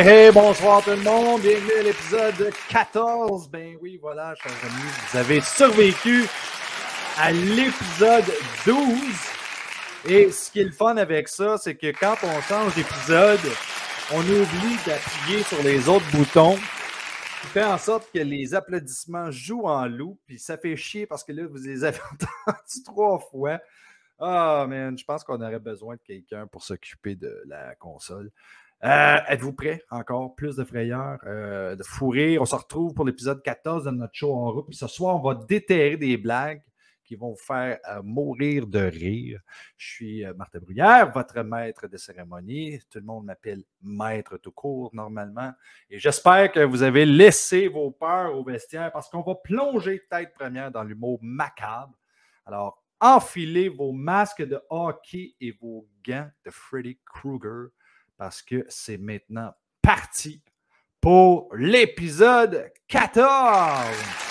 Hey, bonsoir tout le monde, bienvenue à l'épisode 14. Ben oui, voilà, chers amis, vous avez survécu à l'épisode 12. Et ce qui est le fun avec ça, c'est que quand on change d'épisode, on oublie d'appuyer sur les autres boutons, qui fait en sorte que les applaudissements jouent en loup, puis ça fait chier parce que là, vous les avez entendus 3 fois. Ah, man, je pense qu'on aurait besoin de quelqu'un pour s'occuper de la console. Êtes-vous prêts? Encore plus de frayeur, de fou rire. On se retrouve pour l'épisode 14 de notre show en route. Puis ce soir, on va déterrer des blagues qui vont vous faire mourir de rire. Je suis Martin Bruyère, votre maître de cérémonie. Tout le monde m'appelle maître tout court normalement. Et j'espère que vous avez laissé vos peurs au vestiaire parce qu'on va plonger tête première dans l'humour macabre. Alors, enfilez vos masques de hockey et vos gants de Freddy Krueger parce que c'est maintenant parti pour l'épisode 14.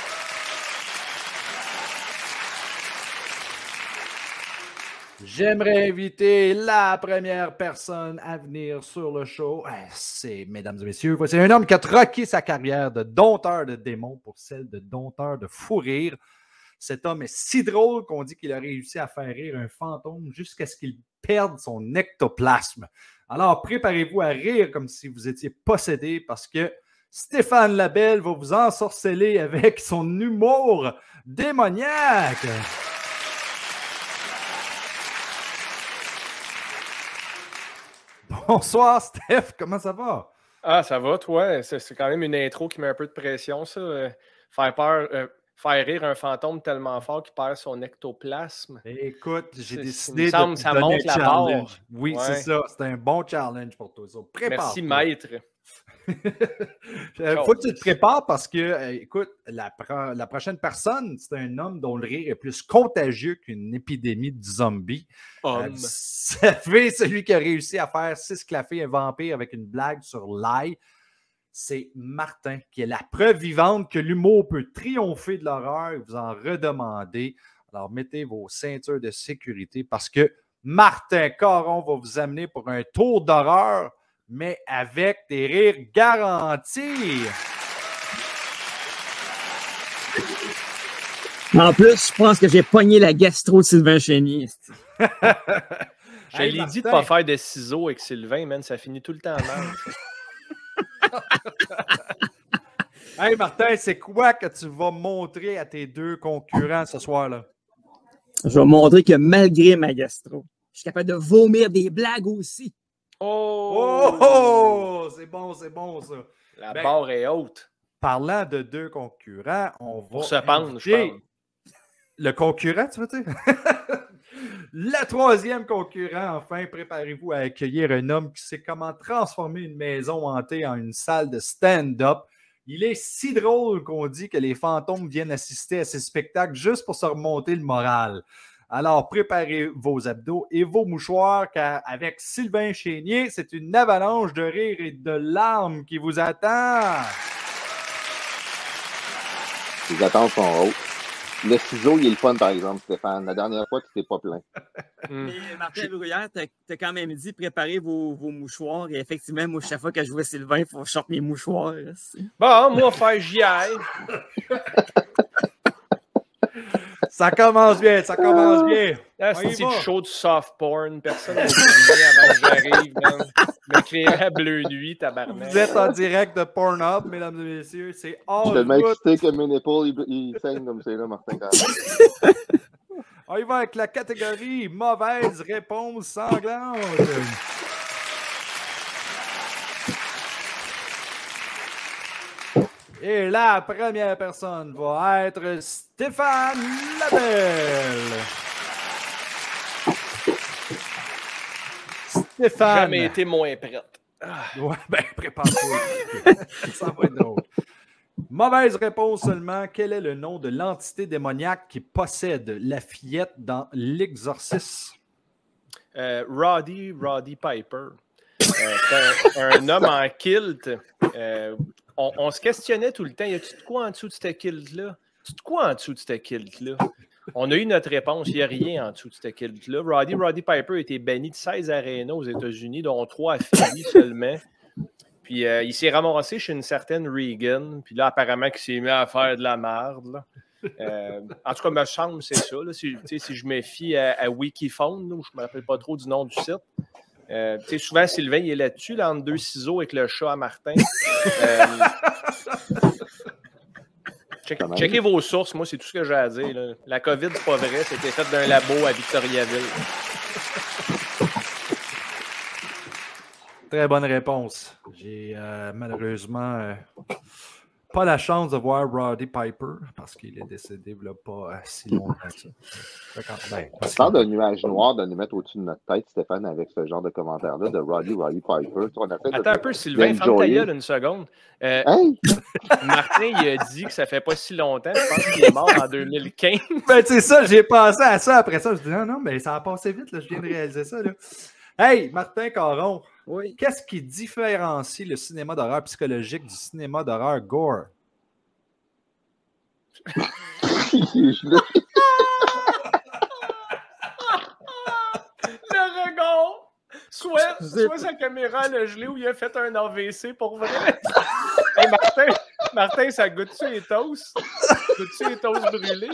J'aimerais inviter la première personne à venir sur le show. C'est, mesdames et messieurs, voici un homme qui a troqué sa carrière de dompteur de démons pour celle de dompteur de fou rire. Cet homme est si drôle qu'on dit qu'il a réussi à faire rire un fantôme jusqu'à ce qu'il perde son ectoplasme. Alors, préparez-vous à rire comme si vous étiez possédé parce que Stéphane Labelle va vous ensorceler avec son humour démoniaque. Bonsoir, Steph. Comment ça va? Ah, ça va, toi? C'est quand même une intro qui met un peu de pression, ça. Faire rire un fantôme tellement fort qu'il perd son ectoplasme. Écoute, j'ai décidé de ça donner monte un la challenge. barre. Oui, Ouais. c'est ça. C'est un bon challenge pour toi. Ça. Merci, maître. Faut que tu te prépares parce que, écoute, la prochaine personne, c'est un homme dont le rire est plus contagieux qu'une épidémie de zombies. Vous savez, celui qui a réussi à faire 6 claffer un vampire avec une blague sur l'ail, c'est Martin, qui est la preuve vivante que l'humour peut triompher de l'horreur et vous en redemander. Alors, mettez vos ceintures de sécurité parce que Martin Caron va vous amener pour un tour d'horreur, mais avec des rires garantis. En plus, je pense que j'ai pogné la gastro de Sylvain Chénier. Je l'ai dit de ne pas faire de ciseaux avec Sylvain, man, ça finit tout le temps mal. Hey Martin, c'est quoi que tu vas montrer à tes 2 concurrents ce soir-là? Je vais montrer que malgré ma gastro, je suis capable de vomir des blagues aussi. Oh! C'est bon ça. La barre est haute. Parlant de 2 concurrents, on va... Pour se pendre, je parle. Le concurrent, tu veux dire? Le 3e concurrent, enfin, préparez-vous à accueillir un homme qui sait comment transformer une maison hantée en une salle de stand-up. Il est si drôle qu'on dit que les fantômes viennent assister à ses spectacles juste pour se remonter le moral. Alors, préparez vos abdos et vos mouchoirs, car avec Sylvain Chénier, c'est une avalanche de rire et de larmes qui vous attend. Les attentes sont hautes. Le ciseau, il est le fun, par exemple, Stéphane. La dernière fois, tu t'es pas plaint. Mais Martin Bruyère, t'as quand même dit préparez vos mouchoirs. Et effectivement, moi, chaque fois que je vois Sylvain, il faut que je sorte mes mouchoirs. Bon, moi, faire j'y aille. Ça commence bien. C'est du show de soft porn. Personne n'a dit avant que j'arrive. M'éclairer à bleu nuit, tabarnak. Vous êtes en direct de Pornhub, mesdames et messieurs. C'est all Je suis tellement good. excité que mes épaules, ils saignent comme c'est là, Martin. On y va avec la catégorie mauvaise réponse sanglante. Et la première personne va être Stéphane Labelle. Stéphane. Jamais été moins prête. Ouais, ben prépare-toi. Ça va être drôle. Mauvaise réponse seulement. Quel est le nom de l'entité démoniaque qui possède la fillette dans L'Exorciste? Roddy Piper. C'est un homme en kilt. On se questionnait tout le temps. Y a-tu de quoi en dessous de ce kilt-là? On a eu notre réponse. Il n'y a rien en dessous de ce kilt-là. Roddy Piper a été banni de 16 arénas aux États-Unis, dont 3 à Philly seulement. Puis il s'est ramassé chez une certaine Regan. Puis là, apparemment, qu'il s'est mis à faire de la merde. Là. En tout cas, me semble c'est ça. Là, si je me fie à Wikiphone, là, où je ne me rappelle pas trop du nom du site. Souvent, Sylvain, il est là-dessus, là, entre 2 ciseaux avec le chat à Martin. Checkez vos sources, moi, c'est tout ce que j'ai à dire. Là. La COVID, c'est pas vrai, c'était fait d'un labo à Victoriaville. Très bonne réponse. J'ai malheureusement pas la chance de voir Roddy Piper parce qu'il est décédé il n'y a pas si longtemps que ça. On parle d'un nuage noir de nous mettre au-dessus de notre tête, Stéphane, avec ce genre de commentaire-là de Roddy Piper. Attends un peu, Sylvain, ferme ta gueule une seconde. Hey! Martin, il a dit que ça fait pas si longtemps. Je pense qu'il est mort en 2015. Ben, c'est ça, j'ai pensé à ça après ça. Je dis non, mais ça a passé vite, là, je viens de réaliser ça. Là. Hey, Martin Caron, Oui. qu'est-ce qui différencie le cinéma d'horreur psychologique du cinéma d'horreur gore? Le regard! Soit sa caméra a gelé ou il a fait un AVC pour vrai. Hey, Martin, ça goûte-tu les toasts? Goûte-tu les toasts brûlés?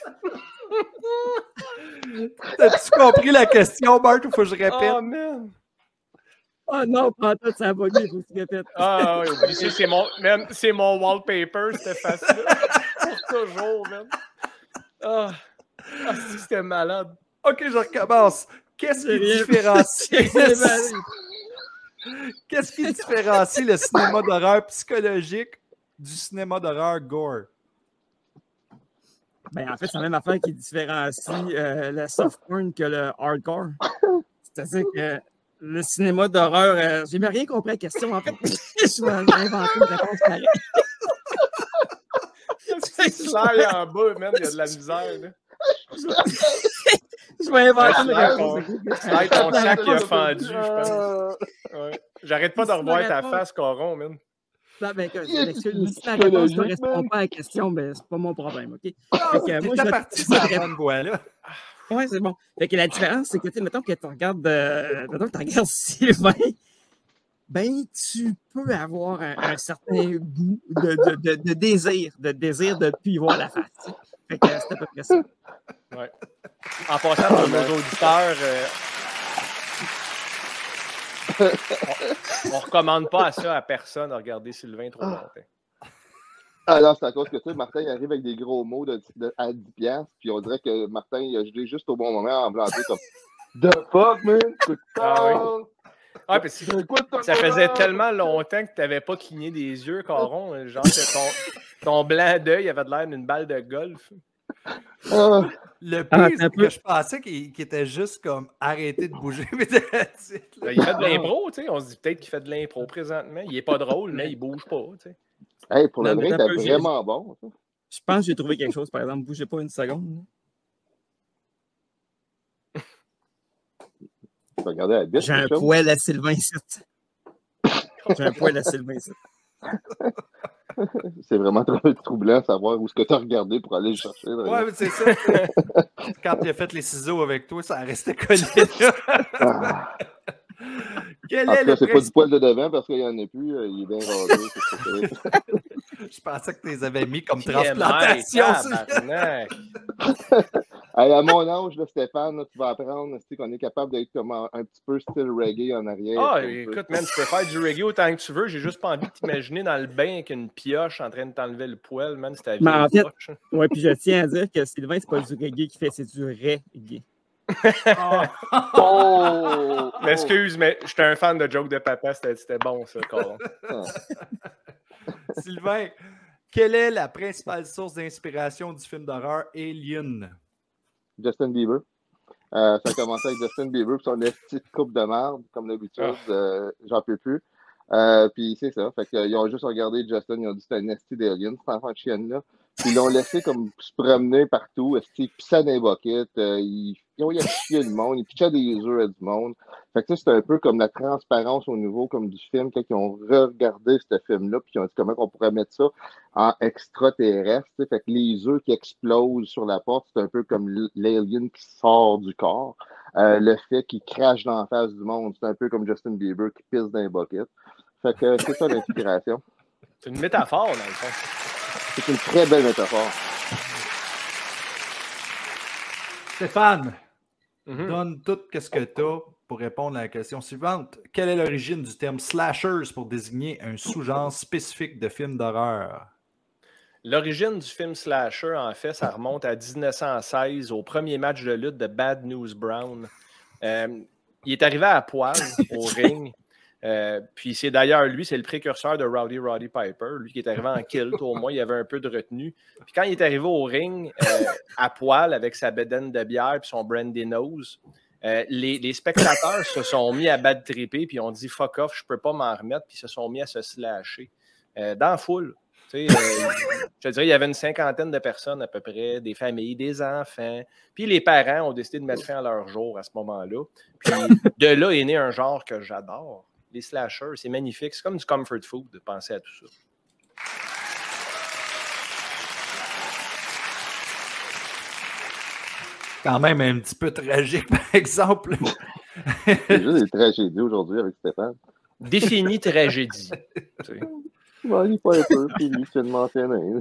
T'as-tu compris la question, Bart, ou faut que je répète? Oh, man! Oh non, prends-toi, ça a bugué, il faut que tu répètes. Ah oui, c'est mon wallpaper, cette face-là. Pour toujours, man. Ah, c'était malade. OK, je recommence. Qu'est-ce qui différencie le cinéma d'horreur psychologique du cinéma d'horreur gore? Ben, en fait, c'est la même affaire qui différencie le soft porn que le hardcore. C'est-à-dire que le cinéma d'horreur, j'ai même rien compris à la question. En fait, je vais inventer une réponse pareille. C'est slide en bas, man, il y a de la misère. Là. Je vais inventer une réponse. Slide, ton sac qui a fendu, je pense. Ouais. J'arrête pas de revoir ta face, Coron, man. Non, ben, si la réponse ne correspond pas à la question, ben, c'est pas mon problème, OK? Moi, je parti sur la bonne voie, là. Oui, c'est bon. Fait que la différence, c'est que, mettons que tu regardes, Sylvain, ben, tu peux avoir un certain goût de désir de plus y voir la face. Fait que c'est à peu près ça. Ouais. En passant pour nos auditeurs, on recommande pas ça à personne à regarder Sylvain trop longtemps. Alors, c'est à cause que, tu sais, Martin il arrive avec des gros mots à 10$, puis on dirait que Martin, il a gelé juste au bon moment en blanc comme « The fuck, man? Ah, puis ça faisait tellement longtemps que tu n'avais pas cligné des yeux, Caron. Genre, ton blanc d'œil avait l'air d'une balle de golf. Le pire, c'est que je pensais qu'il était juste comme arrêté de bouger. Il fait de l'impro, tu sais. On se dit peut-être qu'il fait de l'impro présentement. Il est pas drôle, mais il bouge pas, tu sais. Hey, pour le vrai, t'es vraiment bon. Je pense que j'ai trouvé quelque chose, par exemple. Bougez pas une seconde. Regardez la bite. J'ai un poil à Sylvain ici. J'ai un poil à Sylvain ici. C'est vraiment troublant de savoir où est-ce que tu as regardé pour aller le chercher. Ouais, mais c'est ça. Quand il a fait les ciseaux avec toi, ça restait collé. En tout cas, c'est pas du poil de devant parce qu'il n'y en a plus. Il est bien rasé. Je pensais que tu les avais mis comme transplantation. Hey, à mon âge, là, Stéphane, là, tu vas apprendre qu'on est capable d'être comme un petit peu style reggae en arrière. Ah, écoute, man, tu peux faire du reggae autant que tu veux. J'ai juste pas envie de t'imaginer dans le bain avec une pioche en train de t'enlever le poil, man. C'est ta vie. Mais en fait, ouais, puis je tiens à dire que Sylvain, c'est pas du reggae qu'il fait, c'est du reggae. Oh! Excuse, mais j'étais un fan de joke de papa, c'était bon ça, Colin. Sylvain, quelle est la principale source d'inspiration du film d'horreur Alien? Justin Bieber. Ça a commencé avec Justin Bieber, puis son petite coupe de merde, comme d'habitude, j'en peux plus. Puis c'est ça, fait qu'ils ont juste regardé Justin, ils ont dit que c'était un esti d'alien, cet enfant de chienne-là. Puis ils l'ont laissé comme se promener partout, ils pissaient dans les buckets, ils ont chié le monde, ils pitchaient des œufs à du monde. Fait que c'était un peu comme la transparence au niveau comme du film, quand ils ont regardé ce film-là, puis ils ont dit comment on pourrait mettre ça en extraterrestre. Fait que les œufs qui explosent sur la porte, c'est un peu comme l'alien qui sort du corps. Le fait qu'il crache dans la face du monde, c'est un peu comme Justin Bieber qui pisse dans les buckets. Fait que c'est ça l'inspiration. C'est une métaphore, dans le fond. C'est une très belle métaphore. Stéphane, donne tout ce que tu as pour répondre à la question suivante. Quelle est l'origine du terme slashers pour désigner un sous-genre spécifique de film d'horreur? L'origine du film slasher, en fait, ça remonte à 1916, au premier match de lutte de Bad News Brown. Il est arrivé à poil au ring. Puis c'est d'ailleurs lui, c'est le précurseur de Roddy Piper, lui qui est arrivé en kilt, au moins il avait un peu de retenue. Puis quand il est arrivé au ring à poil avec sa bédaine de bière et son brandy nose, les spectateurs se sont mis à bad tripper puis ont dit fuck off, je peux pas m'en remettre, puis se sont mis à se slasher dans la foule. Tu sais, je te dirais, il y avait une 50aine de personnes à peu près, des familles, des enfants. Puis les parents ont décidé de mettre fin à leur jour à ce moment-là. Puis de là est né un genre que j'adore. Les slashers, c'est magnifique. C'est comme du comfort food de penser à tout ça. Quand même un petit peu tragique, par exemple. C'est juste des tragédies aujourd'hui avec Stéphane. Définie tragédie. Bon, il est pas un peu, puis lui, tu viens de mentionner.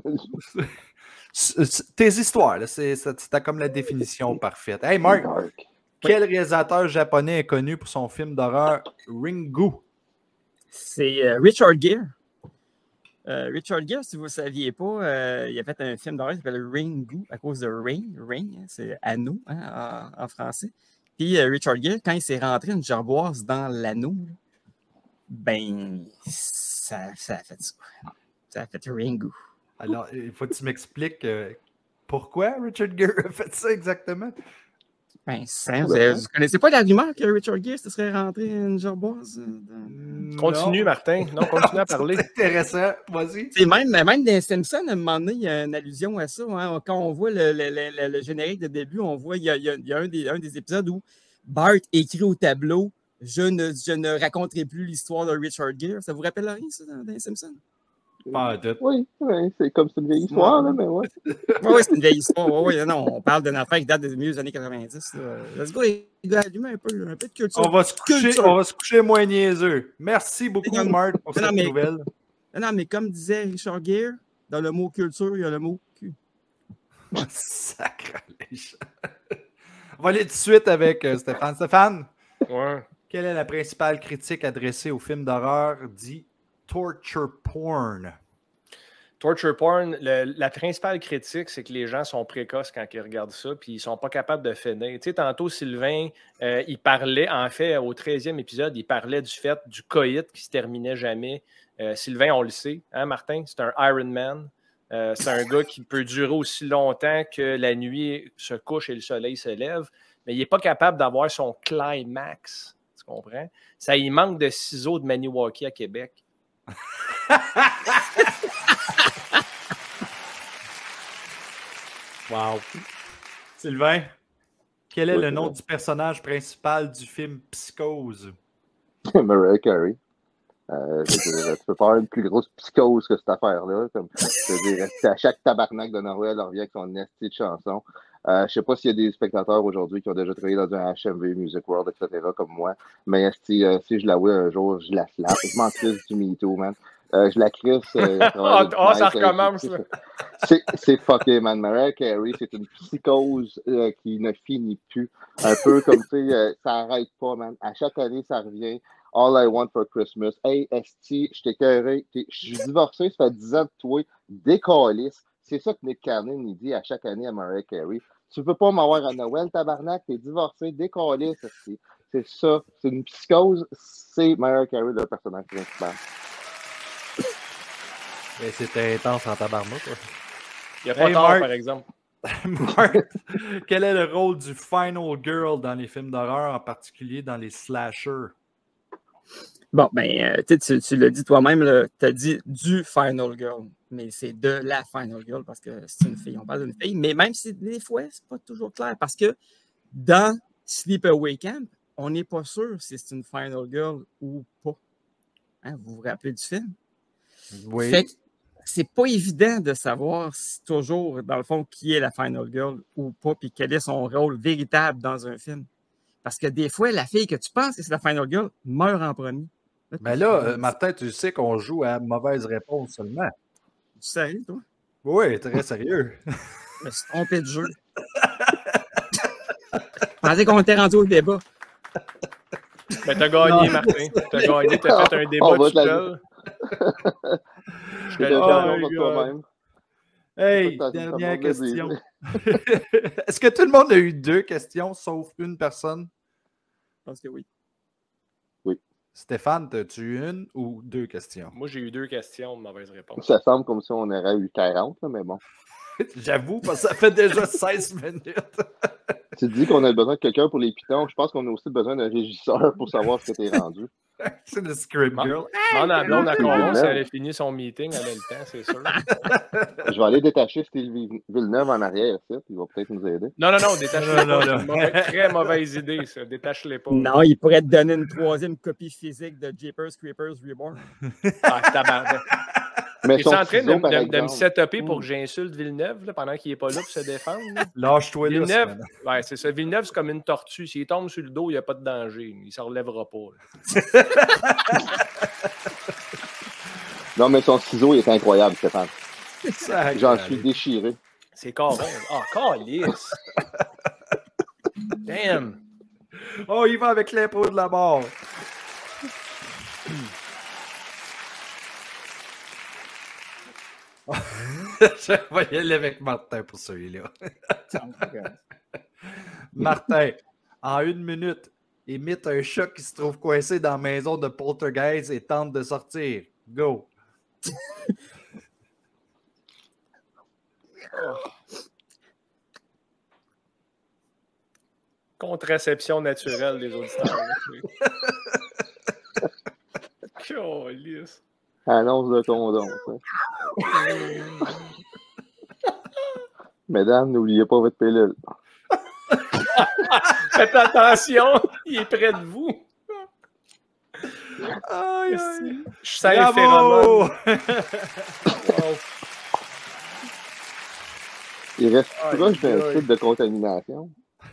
Tes histoires, là, c'était comme la définition parfaite. Hey Marc, quel réalisateur japonais est connu pour son film d'horreur Ringu? C'est Richard Gere. Richard Gere, si vous ne saviez pas, il a fait un film d'horreur qui s'appelle Ringu à cause de Ring, hein, c'est anneau en français. Puis Richard Gere, quand il s'est rentré une gerboise dans l'anneau, ben, ça a fait ça. Ça a fait Ringu. Alors, il faut que tu m'expliques pourquoi Richard Gere a fait ça exactement? Ben, vous ne connaissez pas l'argument que Richard Gere se serait rentré une gerboise? Continue, Martin. Non, continue à parler. C'est intéressant. Vas-y. C'est même dans Simpsons, à un moment donné, il y a une allusion à ça. Hein. Quand on voit le générique de début, on voit il y a un des épisodes où Bart écrit au tableau « Je ne raconterai plus l'histoire de Richard Gere ». Ça vous rappelle rien, ça, dans les Simpsons? Pas de... Oui, c'est comme c'est une vieille histoire, là, mais ouais. Oui, c'est une vieille histoire. Oui, non, on parle d'une affaire qui date des milieux années 90. Là. Let's go, les gars, allumez un peu de culture. On va se coucher moins niaiseux. Merci beaucoup, Marc, pour cette nouvelle. Non, mais comme disait Richard Gere, dans le mot culture, il y a le mot cul. Sacrilège. On va aller tout de suite avec Stéphane. Stéphane, ouais. Quelle est la principale critique adressée au film d'horreur dit torture porn? Torture porn, la principale critique, c'est que les gens sont précoces quand ils regardent ça, puis ils sont pas capables de finir. Tu sais, tantôt, Sylvain, il parlait, en fait, au 13e épisode, il parlait du fait du coït qui se terminait jamais. Sylvain, on le sait, hein, Martin? C'est un Iron Man. C'est un gars qui peut durer aussi longtemps que la nuit se couche et le soleil se lève, mais il n'est pas capable d'avoir son climax. Tu comprends? Ça, il manque de ciseaux de Maniwaki à Québec. Wow. Sylvain, quel est le nom du personnage principal du film Psychose? Mariah Carey. Tu peux faire une plus grosse psychose que cette affaire-là. Comme, à chaque tabarnak de Noël, on revient avec son esti de chanson. Je sais pas s'il y a des spectateurs aujourd'hui qui ont déjà travaillé dans un HMV, Music World, etc., comme moi. Mais si je la vois un jour, je la slappe. Je m'en crisse du MeToo, man. Je la crisse. Ça recommence. C'est fucké, man. Mariah Carey, c'est une psychose qui ne finit plus. Un peu comme, tu sais, ça arrête pas, man. À chaque année, ça revient. All I Want for Christmas. Hey, esti, je t'ai écœuré. Je suis divorcé, ça fait 10 ans de toi. Décalisse. C'est ça que Nick Cannon il dit à chaque année à Mariah Carey. Tu peux pas m'avoir à Noël, tabarnak, t'es divorcé, décalisse. C'est ça. C'est une psychose. C'est Mariah Carey, le personnage principal. Mais c'était intense en tabarnak. Il n'y a pas tort, Mark, par exemple. Mark, quel est le rôle du Final Girl dans les films d'horreur, en particulier dans les slashers? Bon, ben, tu l'as dit toi-même, tu as dit du Final Girl, mais c'est de la Final Girl parce que c'est une fille. On parle d'une fille, mais même si des fois, c'est pas toujours clair parce que dans Sleepaway Camp, on n'est pas sûr si c'est une Final Girl ou pas. Hein, vous vous rappelez du film? Oui. Fait que c'est pas évident de savoir si toujours, dans le fond, qui est la Final Girl ou pas, puis quel est son rôle véritable dans un film. Parce que des fois, la fille que tu penses que c'est la Final Girl meurt en premier. Mais là, Martin, tu sais qu'on joue à mauvaise réponse seulement. Tu sais, toi? Oui, très sérieux. Je me suis trompé de jeu. Je pensais qu'on était rendu au débat. Mais t'as gagné, Martin. T'as gagné, t'as fait un débat On va tout te la- seul. Je te C'est le un donne. cadeau my pour God. toi-même. Hey, Ça, dernière ça me question. dit. Est-ce que tout le monde a eu 2 questions, sauf une personne? Je pense que oui. Stéphane, as-tu eu 1 ou 2 questions? Moi, j'ai eu 2 questions de mauvaise réponse. Ça semble comme si on aurait eu 40, là, mais bon. J'avoue, parce que ça fait déjà 16 minutes. Tu dis qu'on a besoin de quelqu'un pour les pitons. Je pense qu'on a aussi besoin d'un régisseur pour savoir ce que t'es rendu. C'est le script Bon. girl. Demande à la blonde à Coron si Villeneuve. elle a fini son meeting, elle a le temps, c'est sûr. Je vais aller détacher Steve Villeneuve en arrière, ça. Il va peut-être nous aider. Non, détache-les Non, pas. non. C'est une très mauvaise idée, ça. Détache-les pas. Non, il pourrait te donner une 3e copie physique de Jeepers Creepers Reborn. Ah, tabarnak. Mais Es-tu son en train ciseau, par de me exemple. setuper pour que j'insulte Villeneuve là, pendant qu'il n'est pas là pour se défendre? Là? Lâche-toi là, Villeneuve, Stéphane. ouais, c'est ça. Villeneuve, c'est comme une tortue. S'il tombe sur le dos, il n'y a pas de danger. Il ne se relèvera pas. Là. Non, mais son ciseau est incroyable, Stéphane. Sacré. J'en suis déchiré. C'est Coron. Ah, calice! Damn! Oh, il va avec l'impôt de la mort. Je vais y aller avec Martin pour celui-là. Martin, en 1 minute, imite un chat qui se trouve coincé dans la maison de Poltergeist et tente de sortir. Go! Contraception naturelle des auditeurs. Calice! Annonce de condom, ça. Mesdames, n'oubliez pas votre pilule. Faites attention, il est près de vous. Aïe, aïe. Je sens les phéromones. Bravo! Il reste Aïe, proche d'un aïe. site de contamination.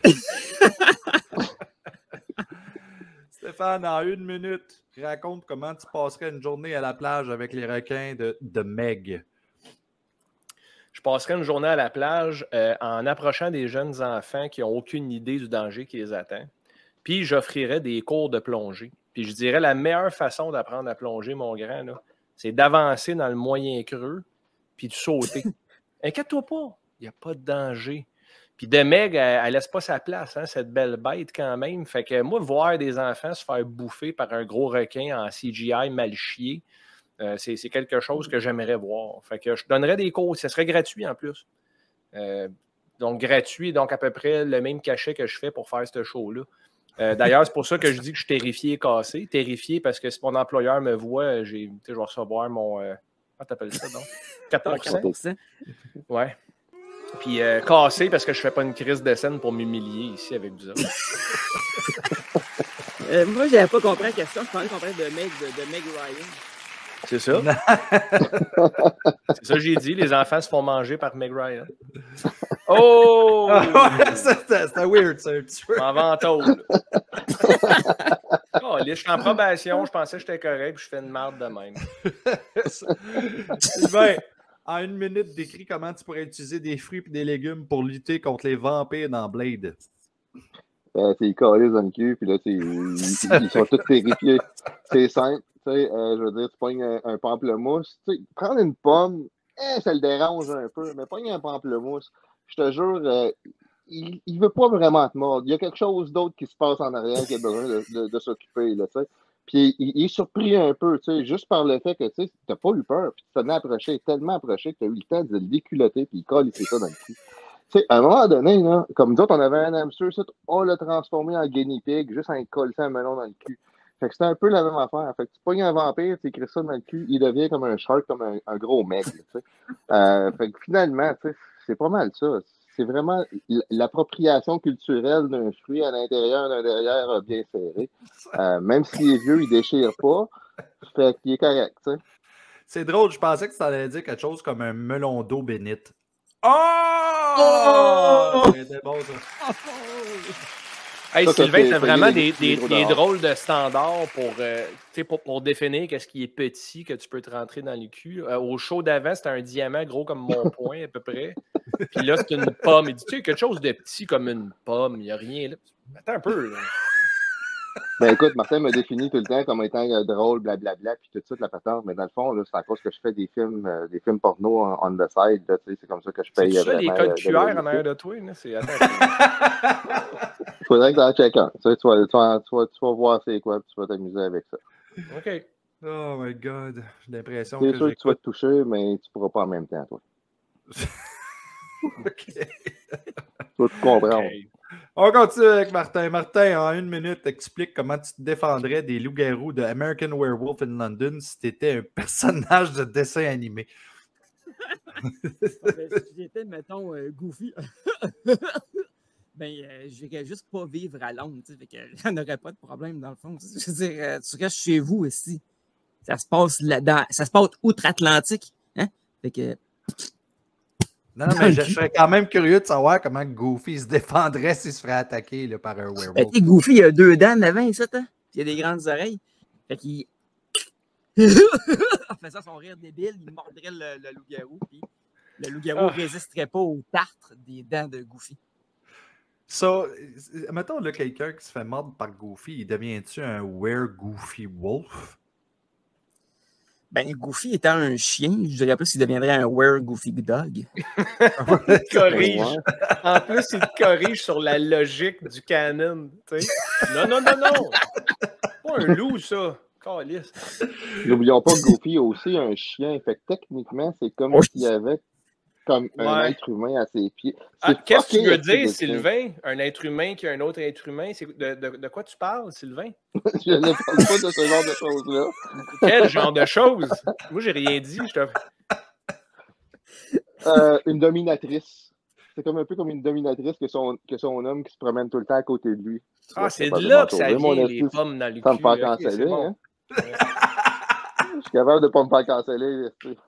Stéphane, en 1 minute, raconte comment tu passerais une journée à la plage avec les requins de Meg. Je passerai une journée à la plage en approchant des jeunes enfants qui n'ont aucune idée du danger qui les attend. Puis j'offrirai des cours de plongée. Puis je dirais la meilleure façon d'apprendre à plonger, mon grand, là, c'est d'avancer dans le moyen creux puis de sauter. Inquiète-toi pas, il n'y a pas de danger. Puis de Meg, elle ne laisse pas sa place, hein, cette belle bête quand même. Fait que moi, voir des enfants se faire bouffer par un gros requin en CGI mal chié, c'est quelque chose que j'aimerais voir. Fait que je donnerais des cours. Ce serait gratuit en plus. Donc gratuit, donc à peu près le même cachet que je fais pour faire ce show-là. D'ailleurs, c'est pour ça que je dis que je suis terrifié et cassé. Terrifié parce que si mon employeur me voit, je vais recevoir mon... comment t'appelles ça donc? 4%? Ouais. Puis cassé parce que je fais pas une crise de scène pour m'humilier ici avec vous autres. Moi, j'avais pas compris la question. Je pensais qu'on parlait de Meg Ryan. C'est ça. C'est ça que j'ai dit. Les enfants se font manger par Meg Ryan. Oh! C'était weird, ça, un petit peu. En ventoule. Oh, je suis en probation. Je pensais que j'étais correct puis je fais une marde de même. Sylvain, en 1 minute, décris comment tu pourrais utiliser des fruits et des légumes pour lutter contre les vampires dans Blade. Ils collent dans le cul, puis là, ils sont tous terrifiés. C'est simple. Je veux dire, tu pognes un pamplemousse. Prendre une pomme, ça le dérange un peu, mais pogner un pamplemousse, je te jure, il veut pas vraiment te mordre. Il y a quelque chose d'autre qui se passe en arrière qui a besoin de s'occuper. Là, puis il est surpris un peu, juste par le fait que tu n'as pas eu peur, puis tu t'en as approché, tellement approché que tu as eu le temps de le déculotter, puis il colle, il fait ça dans le cul. À un moment donné, là, comme nous autres, on avait un hamster, on l'a transformé en guinea pig, juste en collant un melon dans le cul. Fait que c'était un peu la même affaire. Fait que tu pognes un vampire, tu écris ça dans le cul, il devient comme un shark, comme un gros mec. Fait que finalement, c'est pas mal ça. C'est vraiment l'appropriation culturelle d'un fruit à l'intérieur d'un derrière bien serré. Même s'il est vieux, il déchire pas. Fait qu'il est correct, tu sais. C'est drôle, je pensais que ça allait dire quelque chose comme un melon d'eau bénite. Oh! C'était bon, ça. Hey, Ça, Sylvain, c'est t'as vraiment des des gros dehors. drôles de standards pour définir qu'est-ce qui est petit que tu peux te rentrer dans le cul. Au show d'avant, c'était un diamant gros comme mon poing à peu près. Puis là, c'est une pomme. Il dit, tu sais, quelque chose de petit comme une pomme. Il n'y a rien là. Attends un peu. Là. Ben écoute, Martin m'a défini tout le temps comme étant drôle, blablabla, puis tout ça, la patente. Mais dans le fond, là, c'est à cause que je fais des films porno on the side. Là, c'est comme ça que je C'est paye ça, les vraiment. codes QR en de arrière de toi? Là? C'est... Attends, Il faudrait que tu en checkes un. Tu vas voir c'est quoi, puis tu vas t'amuser avec ça. OK. Oh my God. J'ai l'impression C'est que sûr que tu vas j'écoute. te toucher, mais tu pourras pas en même temps, toi. OK. Tu vas te comprendre. OK. On continue avec Martin. Martin, en 1 minute, explique comment tu te défendrais des loups-garous de American Werewolf in London si tu étais un personnage de dessin animé. Si j'étais, mettons, Goofy, j'irais juste pas vivre à Londres. Fait que j'en aurais pas de problème, dans le fond. Je veux dire, tu restes chez vous aussi. Ça se passe là-dedans. Ça se passe outre-Atlantique. Hein? Fait que. Non, mais je serais quand même curieux de savoir comment Goofy se défendrait s'il se ferait attaquer là, par un werewolf. Goofy, il a 2 dents en avant, ça, hein? Puis il a des grandes oreilles. Fait qu'il. En faisant son rire débile, il mordrait le loup-garou. Puis le loup-garou ne résisterait pas au tartre des dents de Goofy. So, mettons là, quelqu'un qui se fait mordre par Goofy, il devient-tu un Were-Goofy Wolf? Ben, Goofy étant un chien, je dirais plus qu'il deviendrait un Were-Goofy Dog. Il te corrige. En plus, il te corrige sur la logique du canon. Tu sais. Non. Pas un loup, ça. Calisse. N'oublions pas que Goofy a aussi un chien. Fait que techniquement, c'est comme s'il y avait comme un être humain à ses pieds. Qu'est-ce que tu veux dire, Sylvain? Un être humain qui a un autre être humain? C'est de quoi tu parles, Sylvain? Je ne parle pas de ce genre de choses-là. Quel genre de choses? Moi, j'ai rien dit. Une dominatrice. C'est comme un peu comme une dominatrice que son homme qui se promène tout le temps à côté de lui. Ah, c'est de là que ça vient, les pommes dans le cul. Ça me fait canceller, bon. hein? Je suis capable de ne pas me faire canceller.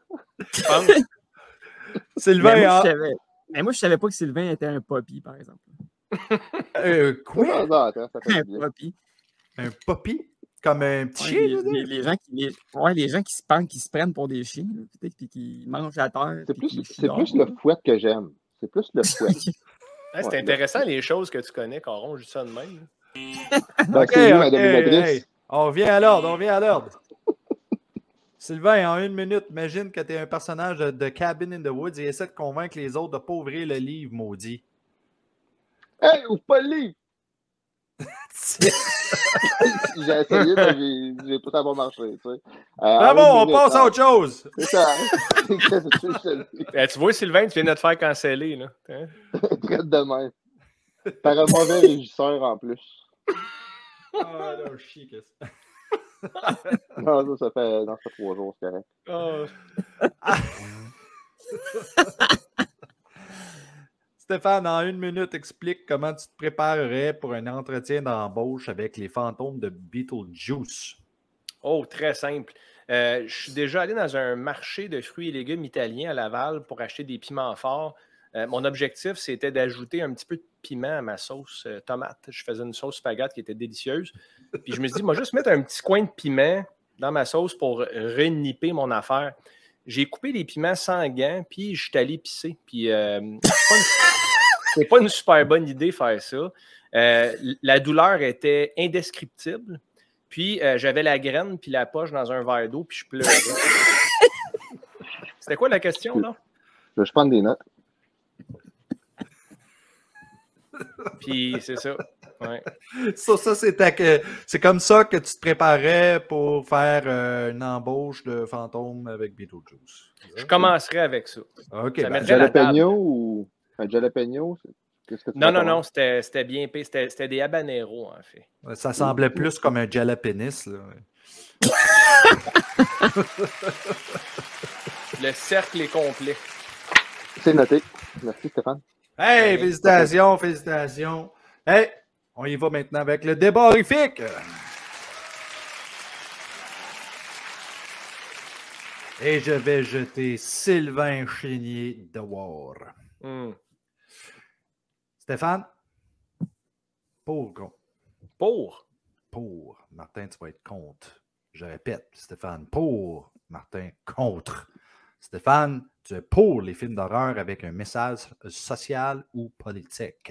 Sylvain, mais moi, je savais pas que Sylvain était un poppy, par exemple. Quoi? Ça fait Un bien. poppy. Un poppy? Comme un petit chien? Les gens qui se prennent pour des chiens, là, peut-être, puis qui mangent à terre. C'est plus le fouet que j'aime. C'est plus le fouet. C'est intéressant les choses que tu connais, Caron, juste ça de même. OK, ma dominatrice. Hey. On revient à l'ordre. Sylvain, en 1 minute, imagine que tu es un personnage de Cabin in the Woods et essaie de convaincre les autres de ne pas ouvrir le livre, maudit. Hey, ouvre pas le livre! J'ai essayé, mais ça n'a pas marché. Tu sais. Ah bon, on passe à autre chose! C'est ça. Tu vois, Sylvain, tu viens de te faire canceller. Là. Hein? Traite de même. Par un mauvais régisseur en plus. Ah, là, chier, qu'est-ce que Non, ça fait 3 jours, c'est correct. Oh. Stéphane, en 1 minute, explique comment tu te préparerais pour un entretien d'embauche avec les fantômes de Beetlejuice. Oh, très simple. Je suis déjà allé dans un marché de fruits et légumes italien à Laval pour acheter des piments forts. Mon objectif, c'était d'ajouter un petit peu de piment à ma sauce tomate. Je faisais une sauce spaghetti qui était délicieuse. Puis je me suis dit, moi, juste mettre un petit coin de piment dans ma sauce pour renipper mon affaire. J'ai coupé les piments sans gants, puis je suis allé pisser. Puis c'est pas une super bonne idée de faire ça. La douleur était indescriptible. Puis j'avais la graine puis la poche dans un verre d'eau, puis je pleurais. C'était quoi la question, là? Je prends des notes. Puis c'est ça. Ouais. Ça c'est comme ça que tu te préparais pour faire une embauche de fantôme avec Beetlejuice. Je commencerai avec ça. OK. Ça Ben, mettrait la table. Jalapeno ou un jalapeno? Non, c'était bien payé. C'était des habaneros, en fait. ça semblait plus comme un jalapénis, là. Le cercle est complet. C'est noté. Merci, Stéphane. Hey, félicitations. Hey, on y va maintenant avec le débat horrifique. Et je vais jeter Sylvain Chénier dehors. Stéphane? Pour ou contre? Pour. Pour. Martin, tu vas être contre. Je répète, Stéphane, pour. Martin, contre. Stéphane, tu es pour les films d'horreur avec un message social ou politique?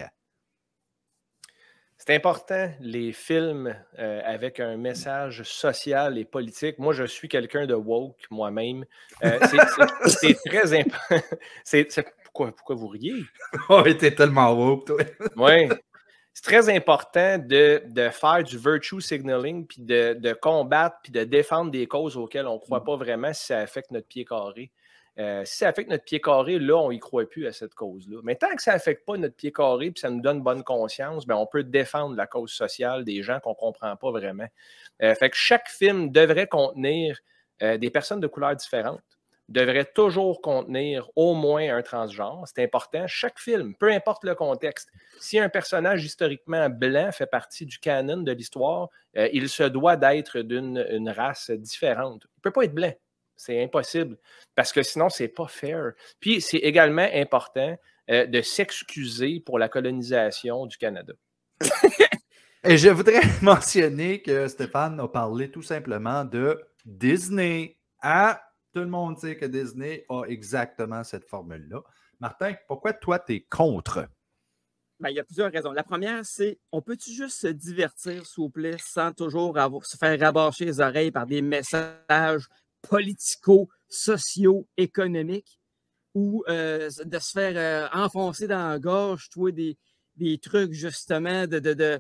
C'est important, les films avec un message social et politique. Moi, je suis quelqu'un de woke, moi-même. C'est très important. Pourquoi vous riez? Oh, t'es tellement woke, toi. Oui. C'est très important de faire du virtue signaling, puis de combattre, puis de défendre des causes auxquelles on ne croit pas vraiment si ça affecte notre pied carré. Si ça affecte notre pied carré, là, on n'y croit plus à cette cause-là. Mais tant que ça n'affecte pas notre pied carré puis ça nous donne bonne conscience, bien, on peut défendre la cause sociale des gens qu'on ne comprend pas vraiment. Fait que chaque film devrait contenir des personnes de couleurs différentes, devrait toujours contenir au moins un transgenre. C'est important. Chaque film, peu importe le contexte, si un personnage historiquement blanc fait partie du canon de l'histoire, il se doit d'être d'une race différente. Il ne peut pas être blanc. C'est impossible, parce que sinon, c'est pas fair. Puis, c'est également important de s'excuser pour la colonisation du Canada. Et je voudrais mentionner que Stéphane a parlé tout simplement de Disney. Ah, tout le monde sait que Disney a exactement cette formule-là. Martin, pourquoi toi, tu es contre? Ben, il y a plusieurs raisons. La première, c'est on peut-tu juste se divertir, s'il vous plaît, sans toujours se faire rabâcher les oreilles par des messages politico-socio économiques ou de se faire enfoncer dans la gorge, des trucs justement de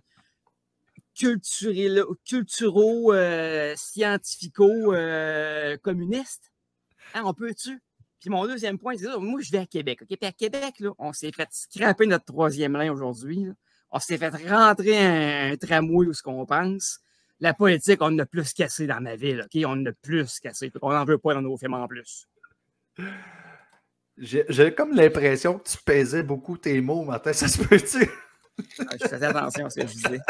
culturaux, scientifico, communistes. Hein, on peut-tu? Puis mon deuxième point, c'est ça. Moi, je vais à Québec. Okay? Puis à Québec, là, on s'est fait scraper notre troisième lien aujourd'hui. Là. On s'est fait rentrer un tramway où ce qu'on pense. La politique, on en a plus cassé dans ma ville. Okay? On en a plus cassé. On n'en veut pas dans nos films en plus. J'ai comme l'impression que tu pesais beaucoup tes mots, Martin. Ça se peut-tu? Je faisais attention à ce que je disais.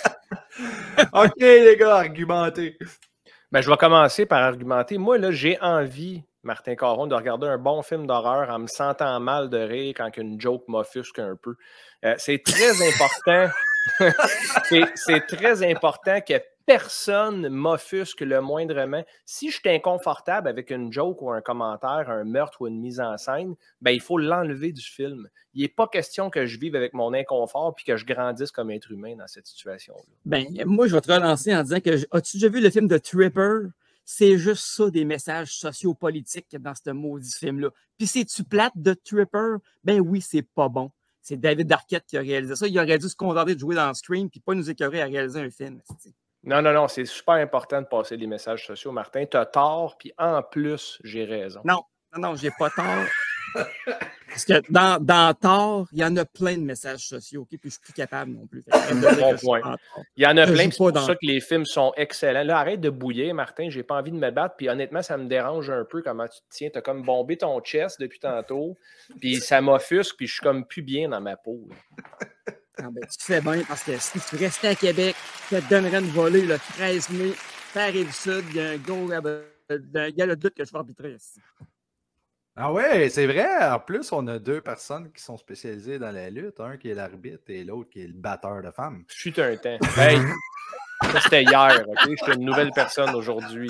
OK, les gars, argumentez. Ben, je vais commencer par argumenter. Moi, là, j'ai envie, Martin Caron, de regarder un bon film d'horreur en me sentant mal de rire quand une joke m'offusque un peu. C'est très important. c'est très important que personne m'offusque le moindrement. Si je suis inconfortable avec une joke ou un commentaire, un meurtre ou une mise en scène, ben, il faut l'enlever du film. Il n'est pas question que je vive avec mon inconfort puis que je grandisse comme être humain dans cette situation-là. Ben, moi, je vais te relancer en disant que as-tu déjà vu le film de Tripper? C'est juste ça, des messages sociopolitiques dans ce maudit film-là. Puis c'est-tu plate de Tripper? Ben oui, c'est pas bon. C'est David Arquette qui a réalisé ça. Il aurait dû se contenter de jouer dans le stream puis pas nous écœurer à réaliser un film. Non, c'est super important de passer les messages sociaux, Martin. Tu as tort, puis en plus, j'ai raison. Non, j'ai pas tort. Parce que dans tort, il y en a plein de messages sociaux, okay? Puis je suis plus capable non plus. Bon point. Il y en a plein, c'est pour ça que les films sont excellents. Là, arrête de bouiller, Martin, j'ai pas envie de me battre, puis honnêtement, ça me dérange un peu comment tu te tiens. Tu as comme bombé ton chest depuis tantôt, puis ça m'offusque, puis je suis comme plus bien dans ma peau. Ah ben, tu fais bien, parce que si tu restais à Québec, je te donnerais une volée le 13 mai, par Rive-Sud, il y a un gros gars de doute que je vais arbitrer ici. Ah ouais, c'est vrai. En plus, on a deux personnes qui sont spécialisées dans la lutte. Un qui est l'arbitre et l'autre qui est le batteur de femmes. Chut un temps. Hey, ça c'était hier, OK? Je suis une nouvelle personne aujourd'hui.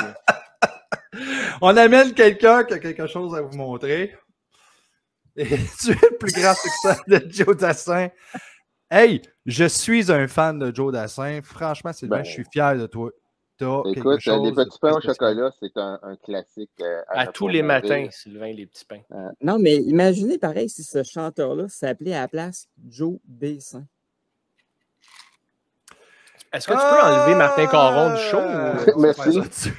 On amène quelqu'un qui a quelque chose à vous montrer. Et tu es le plus grand succès de Joe Dassin. Hey, je suis un fan de Joe Dassin. Franchement, Sylvain, je suis fier de toi. Écoute, les petits pains au chocolat, c'est un classique. À tous les matins, Sylvain, les petits pains. Non, mais imaginez pareil si ce chanteur-là s'appelait à la place Joe Dassin. Est-ce que tu peux enlever Martin Caron du show? Ou... Merci.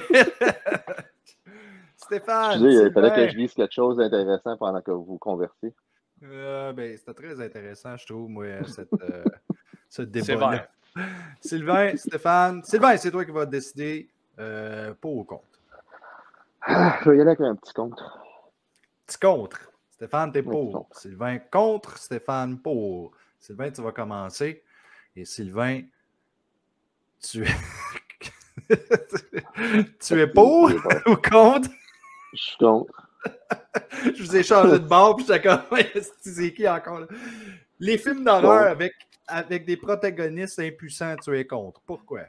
Stéphane. Il fallait que je lise quelque chose d'intéressant pendant que vous conversez. Ben, c'était très intéressant, je trouve, moi, ce débat-là. Sylvain, Stéphane. Sylvain, c'est toi qui vas décider pour ou contre. Je vais y aller avec un petit contre. Petit contre. Stéphane, t'es pour. Sylvain, contre. Stéphane, pour. Sylvain, tu vas commencer. Et Sylvain, tu es pour ou contre? Je suis contre. Je vous ai changé de bord, puis j'étais comme, c'est qui encore là? Les films d'horreur avec avec des protagonistes impuissants, tu es contre. Pourquoi?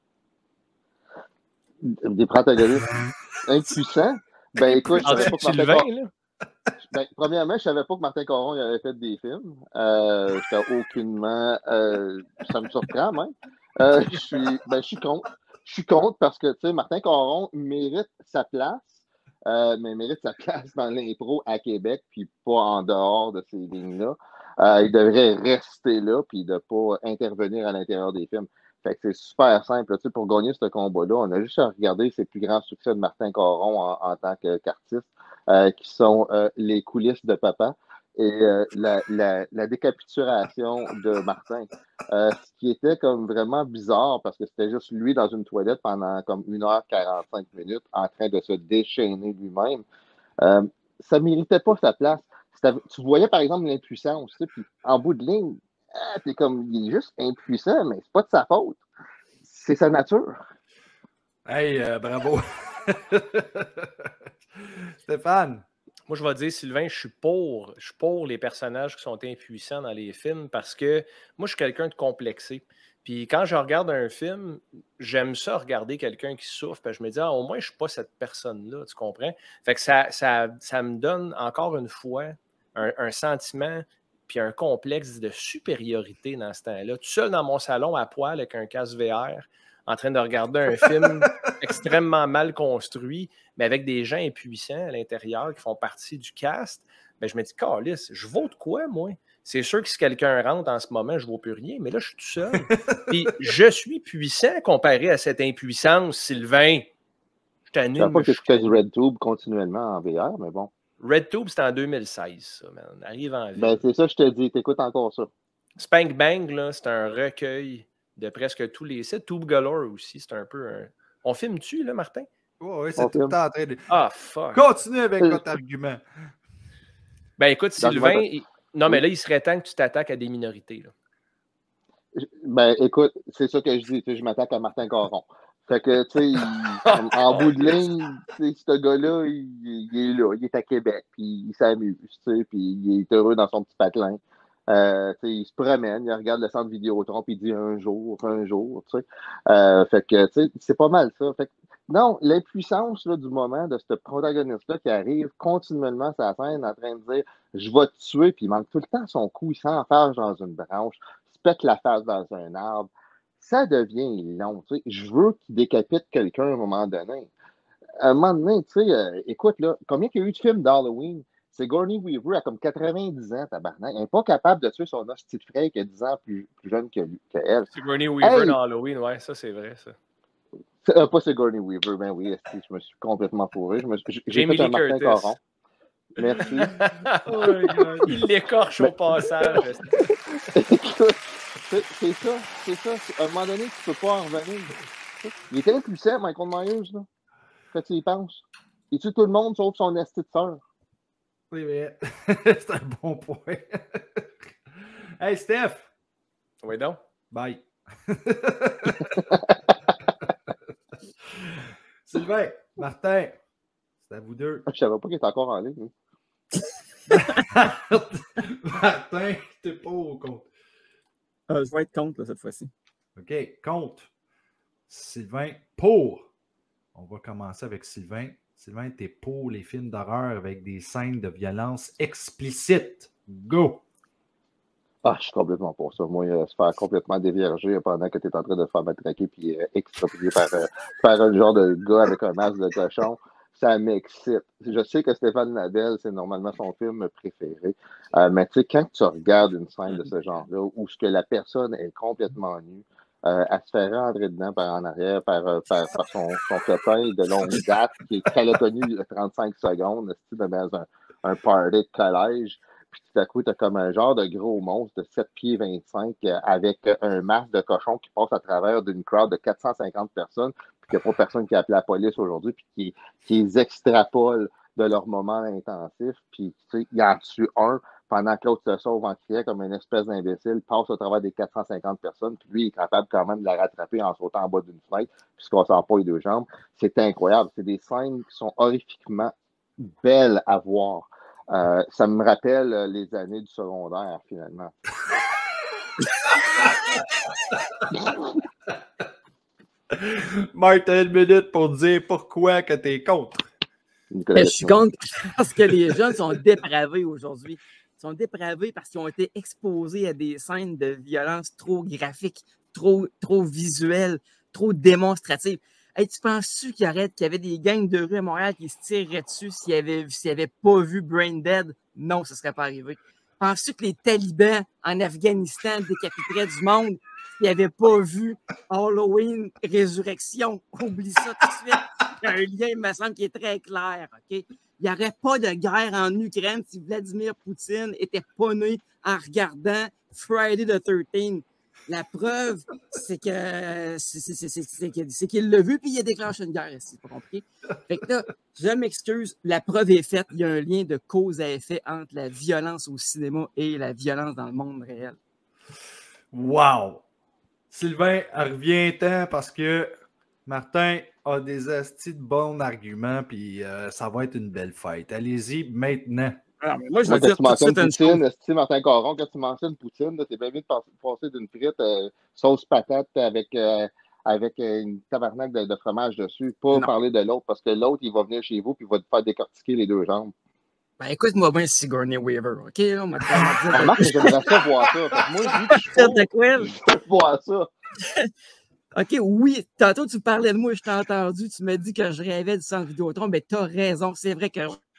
Des protagonistes impuissants? Ben écoute, je savais pas que Martin Caron... premièrement, je savais pas que Martin Caron avait fait des films. J'étais aucunement... ça me surprend même. Je suis contre. Je suis contre parce que, tu sais, Martin Caron mérite sa place, mais il mérite sa place dans l'impro à Québec, puis pas en dehors de ces lignes-là. Il devrait rester là, puis de pas intervenir à l'intérieur des films. Fait que c'est super simple. Tu sais, pour gagner ce combat-là, on a juste à regarder ses plus grands succès de Martin Caron en tant qu'artiste, qui sont Les coulisses de papa et la décapituration de Martin. Ce qui était comme vraiment bizarre parce que c'était juste lui dans une toilette pendant comme 1h45 en train de se déchaîner lui-même. Ça ne méritait pas sa place. Tu voyais par exemple l'impuissance, tu sais, puis en bout de ligne, t'es comme, il est juste impuissant, mais c'est pas de sa faute. C'est sa nature. Hey, bravo. Stéphane? Moi, je vais dire, Sylvain, je suis pour les personnages qui sont impuissants dans les films parce que moi, je suis quelqu'un de complexé. Puis quand je regarde un film, j'aime ça regarder quelqu'un qui souffre. Puis je me dis, au moins, je ne suis pas cette personne-là, tu comprends? Fait que ça me donne encore une fois un sentiment puis un complexe de supériorité dans ce temps-là. Tout seul dans mon salon à poil avec un casque VR, en train de regarder un film extrêmement mal construit, mais avec des gens impuissants à l'intérieur qui font partie du cast, ben je me dis, câlisse, je vaux de quoi, moi? C'est sûr que si quelqu'un rentre en ce moment, je ne vaux plus rien, mais là, je suis tout seul. Puis je suis puissant comparé à cette impuissance, Sylvain. Je t'anime. Je ne savais pas que tu fais du RedTube continuellement en VR, mais bon. RedTube, c'était en 2016, ça, man. Arrive en vie. Ben, c'est ça, je te dis, t'écoutes encore ça. Spank Bang, là, c'est un recueil de presque tous les sites. Tube Galore aussi, c'est un peu un... On filme-tu, là, Martin? Oui, c'est tout le temps en train de... Ah, fuck! Continue avec votre argument. Ben, écoute, Sylvain... Non, mais là, il serait temps que tu t'attaques à des minorités, là. Ben, écoute, c'est ça que je dis. Je m'attaque à Martin Caron. Fait que, tu sais, en bout de ligne, ce gars-là, il est là, il est à Québec, puis il s'amuse, tu sais, puis il est heureux dans son petit patelin. Il se promène, il regarde le centre Vidéotron, puis il dit un jour, tu sais. Fait que, tu sais, c'est pas mal ça. Fait que, non, l'impuissance là, du moment de ce protagoniste-là qui arrive continuellement sur la scène en train de dire « Je vais te tuer », puis il manque tout le temps son coup, il s'enfarge dans une branche, se pète la face dans un arbre. Ça devient long, tu sais. Je veux qu'il décapite quelqu'un à un moment donné. À un moment donné, tu sais, écoute, là, combien il y a eu de films d'Halloween? Sigourney Weaver a comme 90 ans, tabarnak. Elle n'est pas capable de tuer son hostie de frère qui est 10 ans plus jeune qu'elle. Sigourney Weaver dans Halloween, ouais, ça c'est vrai, ça. Pas Sigourney Weaver, ben oui, je me suis complètement fourré. J'ai fait un Martin Caron. Merci. Oh, il l'écorche au passage. Écoute, c'est ça. À un moment donné, tu ne peux pas en revenir. Il était impuissant, Michael Myers, là. Quand tu y penses. Il tue tout le monde sauf son esti de sœur. Oui, mais c'est un bon point. Hey, Steph! Oui, donc. Bye. Sylvain, Martin, c'est à vous deux. Je ne savais pas qu'il était encore en ligne. Martin, t'es pas au compte. Je vais être contre là, cette fois-ci. OK, contre. Sylvain, pour. On va commencer avec Sylvain. Sylvain, t'es pour les films d'horreur avec des scènes de violence explicites. Go! Ah, je suis complètement pour ça. Moi, se faire complètement dévierger pendant que tu es en train de te faire matraquer puis exproprier par un genre de gars avec un masque de cochon, ça m'excite. Je sais que Stéphane Nadel, c'est normalement son film préféré, mais tu sais, quand tu regardes une scène de ce genre-là où ce que la personne est complètement nue, elle se fait rentrer dedans par en arrière par son copain de longue date qui est calétonu 35 secondes dans un party de collège. Puis tout à coup, tu as comme un genre de gros monstre de 7 pieds 25 avec un masque de cochon qui passe à travers d'une crowd de 450 personnes, puis qu'il n'y a pas personne qui a appelé la police aujourd'hui, puis qui les extrapole de leur moment intensif. Puis tu sais, il en tue un pendant que l'autre se sauve en criant comme une espèce d'imbécile, passe au travers des 450 personnes, puis lui, il est capable quand même de la rattraper en sautant en bas d'une fenêtre, puisqu'on ne sent pas les deux jambes. C'est incroyable. C'est des scènes qui sont horrifiquement belles à voir. Ça me rappelle les années du secondaire, finalement. Marc, t'as une minute pour dire pourquoi que t'es contre. Je suis contre parce que les jeunes sont dépravés aujourd'hui. Ils sont dépravés parce qu'ils ont été exposés à des scènes de violence trop graphiques, trop visuelles, trop démonstratives. Hey, tu penses-tu qu'il y avait des gangs de rue à Montréal qui se tireraient dessus s'ils n'avaient pas vu Brain Dead? Non, ça ne serait pas arrivé. Penses-tu que les talibans en Afghanistan décapiteraient du monde s'ils n'avaient pas vu Halloween Résurrection? Oublie ça tout de suite. Il y a un lien, il me semble, qui est très clair. Okay? Il n'y aurait pas de guerre en Ukraine si Vladimir Poutine n'était pas né en regardant Friday the 13th. La preuve, c'est qu'il l'a vu puis il a déclenché une guerre. C'est pas compliqué. Fait que là, je m'excuse, la preuve est faite. Il y a un lien de cause à effet entre la violence au cinéma et la violence dans le monde réel. Wow! Sylvain, reviens-t'en parce que Martin a des astis de bons arguments puis ça va être une belle fête. Allez-y maintenant. Alors, moi, je veux dire tu mentionnes Poutine, Martin Caron, quand tu mentionnes Poutine, t'es bien mieux de passer d'une frite sauce patate avec une tabarnak de fromage dessus, pas parler de l'autre, parce que l'autre, il va venir chez vous et il va te faire décortiquer les deux jambes. Ben écoute-moi bien Sigourney Weaver, OK? Là, Remarque que j'aimerais ça voir ça. Fait que moi, je veux voir ça. OK, oui, tantôt tu parlais de moi, je t'ai entendu, tu m'as dit que je rêvais du centre Vidéotron, mais t'as raison, c'est vrai que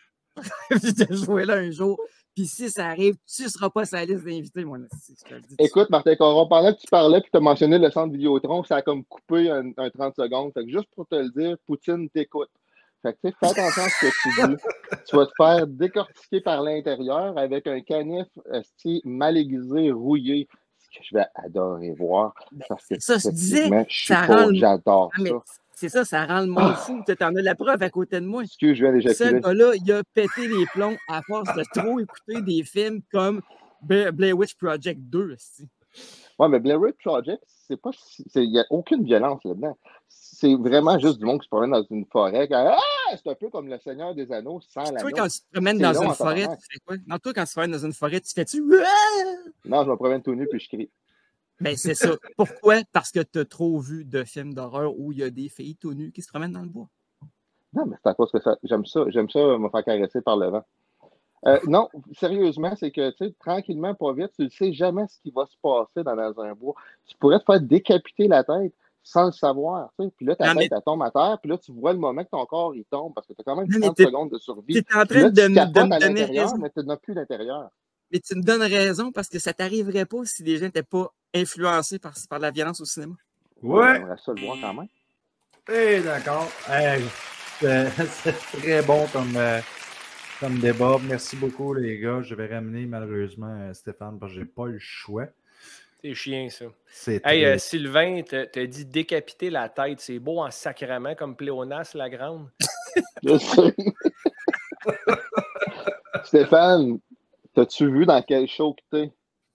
je te jouer là un jour, puis si ça arrive, tu ne seras pas sur la liste d'invités, mon assistant. Écoute, Martin Caron, pendant que tu parlais puis tu as mentionné le centre Vidéotron, ça a comme coupé un 30 secondes. Fait que juste pour te le dire, Poutine t'écoute. Fait que fais attention à ce que tu dis. Tu vas te faire décortiquer par l'intérieur avec un canif mal aiguisé, rouillé. Ce que je vais adorer voir. Parce que ça, je disais, j'adore ça. C'est ça, ça rend le monde fou. Tu en as la preuve à côté de moi. Excuse, je viens d'éjaculer. Ce gars-là, il a pété les plombs à force de trop écouter des films comme Blair Witch Project 2. Aussi. Ouais, mais Blair Witch Project, il n'y a aucune violence là-dedans. C'est vraiment juste du monde qui se promène dans une forêt. C'est un peu comme le Seigneur des Anneaux sans l'anneau. Toi, quand tu te promènes dans une forêt, tu fais quoi? Non, toi, quand tu te promènes dans une forêt, tu fais-tu? Non, je me promène tout nu puis je crie. Ben, c'est ça. Pourquoi? Parce que tu as trop vu de films d'horreur où il y a des filles tout nues qui se promènent dans le bois. Non, mais c'est à cause que j'aime ça me faire caresser par le vent. Non, sérieusement, c'est que, tu sais, tranquillement, pas vite, tu ne sais jamais ce qui va se passer dans un bois. Tu pourrais te faire décapiter la tête sans le savoir, tu sais. Puis là, ta tête, elle tombe à terre, puis là, tu vois le moment que ton corps, il tombe, parce que tu as quand même 30 secondes de survie. Tu es en train de me donner raison. Mais tu n'as plus d'intérieur. Mais tu me donnes raison parce que ça t'arriverait pas si les gens n'étaient pas influencés par la violence au cinéma. Ouais. J'aimerais ça le voir quand même. Eh, d'accord. C'est très bon comme débat. Merci beaucoup, les gars. Je vais ramener malheureusement Stéphane parce que j'ai pas le choix. C'est chiant, ça. Hey, Sylvain, t'as dit décapiter la tête. C'est beau en sacrament comme Pléonas la Grande. Je sais. Stéphane, t'as-tu vu dans quel show que t'es?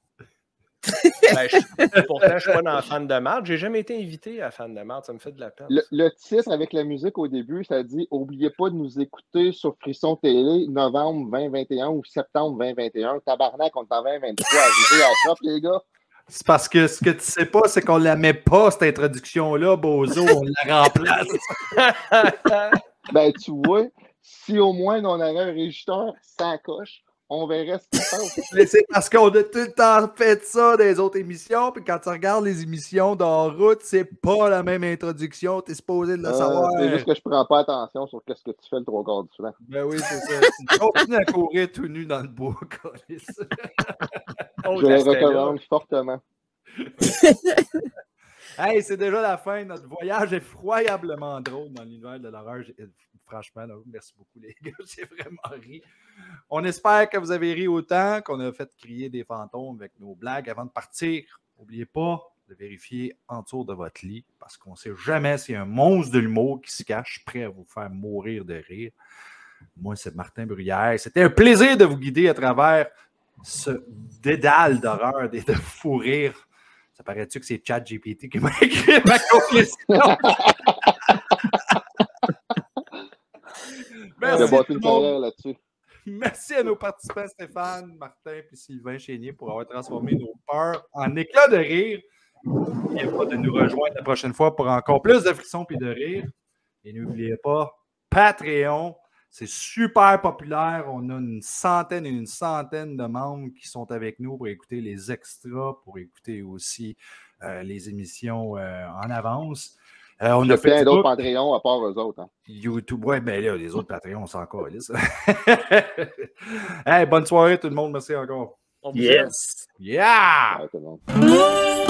Pourtant, je suis pas dans Fan de marde. J'ai jamais été invité à Fan de marde. Ça me fait de la peine. Le titre avec la musique au début, ça dit « Oubliez pas de nous écouter sur Frisson Télé, novembre 2021 ou septembre 2021. Tabarnak, on est en 2023. Arrivé à la top, les gars. » C'est parce que ce que tu sais pas, c'est qu'on la met pas, cette introduction-là, Bozo. On la remplace. Ben, tu vois, si au moins on avait un régisseur, ça coche. On verrait ce qui se passe. Mais c'est parce qu'on a tout le temps fait ça dans les autres émissions, puis quand tu regardes les émissions d'En route, c'est pas la même introduction, t'es supposé de le savoir. C'est juste que je prends pas attention sur ce que tu fais le 3/4 du temps. Ben oui, c'est ça. Tu continues à courir tout nu dans le bois, Colis. Je le recommande fortement. Hey, c'est déjà la fin. Notre voyage est effroyablement drôle dans l'univers de l'horreur. Franchement, là, merci beaucoup, les gars. J'ai vraiment ri. On espère que vous avez ri autant, qu'on a fait crier des fantômes avec nos blagues. Avant de partir, n'oubliez pas de vérifier en dessous de votre lit, parce qu'on ne sait jamais s'il y a un monstre de l'humour qui se cache, prêt à vous faire mourir de rire. Moi, c'est Martin Bruyère. C'était un plaisir de vous guider à travers ce dédale d'horreur et de fou rire. Ça paraît-tu que c'est ChatGPT qui m'a écrit ma conclusion? Merci. J'ai bâti une carrière là-dessus. Merci à nos participants Stéphane, Martin et Sylvain Chénier pour avoir transformé nos peurs en éclats de rire. N'oubliez pas de nous rejoindre la prochaine fois pour encore plus de frissons et de rire. Et n'oubliez pas, Patreon, c'est super populaire. On a une centaine de membres qui sont avec nous pour écouter les extras, pour écouter aussi les émissions en avance. On Il y a a plein fait d'autres Patreons à part eux autres. Hein. YouTube. Oui, bien là, les autres Patreons, c'est encore là. Hey, bonne soirée tout le monde. Merci encore. On vous aime. Yes! Yeah! Ouais, tout le monde.